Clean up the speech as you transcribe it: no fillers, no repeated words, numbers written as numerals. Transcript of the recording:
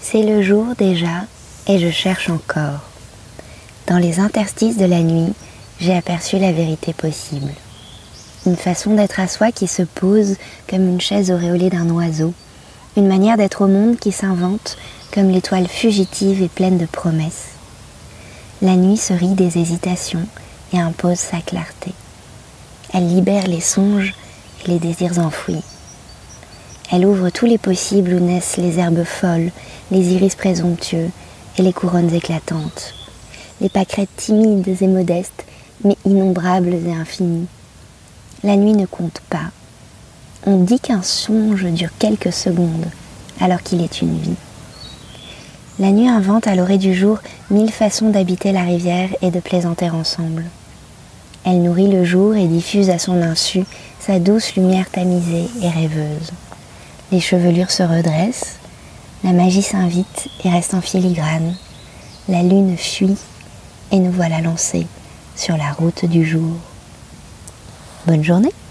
C'est le jour déjà, et je cherche encore. Dans les interstices de la nuit, j'ai aperçu la vérité possible. Une façon d'être à soi qui se pose comme une chaise auréolée d'un oiseau, une manière d'être au monde qui s'invente comme l'étoile fugitive et pleine de promesses. La nuit se rit des hésitations et impose sa clarté. Elle libère les songes et les désirs enfouis. Elle ouvre tous les possibles où naissent les herbes folles, les iris présomptueux et les couronnes éclatantes. Les pâquerettes timides et modestes, mais innombrables et infinies. La nuit ne compte pas. On dit qu'un songe dure quelques secondes, alors qu'il est une vie. La nuit invente à l'orée du jour 1000 façons d'habiter la rivière et de plaisanter ensemble. Elle nourrit le jour et diffuse à son insu sa douce lumière tamisée et rêveuse. Les chevelures se redressent, la magie s'invite et reste en filigrane. La lune fuit et nous voilà lancés sur la route du jour. Bonne journée!